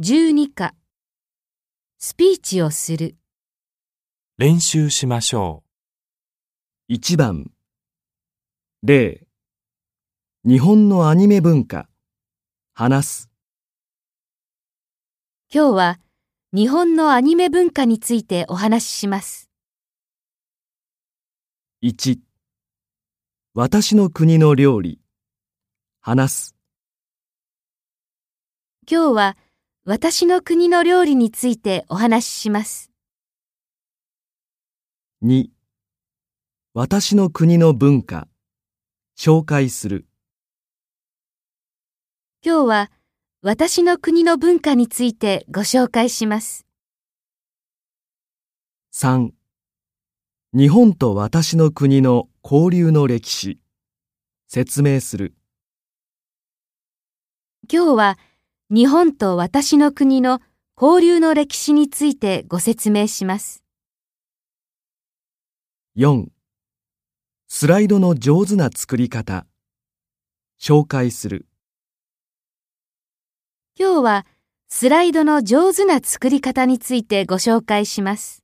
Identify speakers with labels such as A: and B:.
A: 12課、スピーチをする。
B: 練習しましょ
C: 1番、例、日本のアニメ文化、話す。
A: 今日は日本のアニメ文化についてお話しします。
C: 1、私の国の料理、話す。
A: 今日は私の国の料理についてお話しします。
C: 2、私の国の文化、紹介する。
A: 今日は私の国の文化についてご紹介します。
C: 3、日本と私の国の交流の歴史、説明する。
A: 今日は日本と私の国の交流の歴史についてご説明します。
C: 4、スライドの上手な作り方、紹介する。
A: 今日はスライドの上手な作り方についてご紹介します。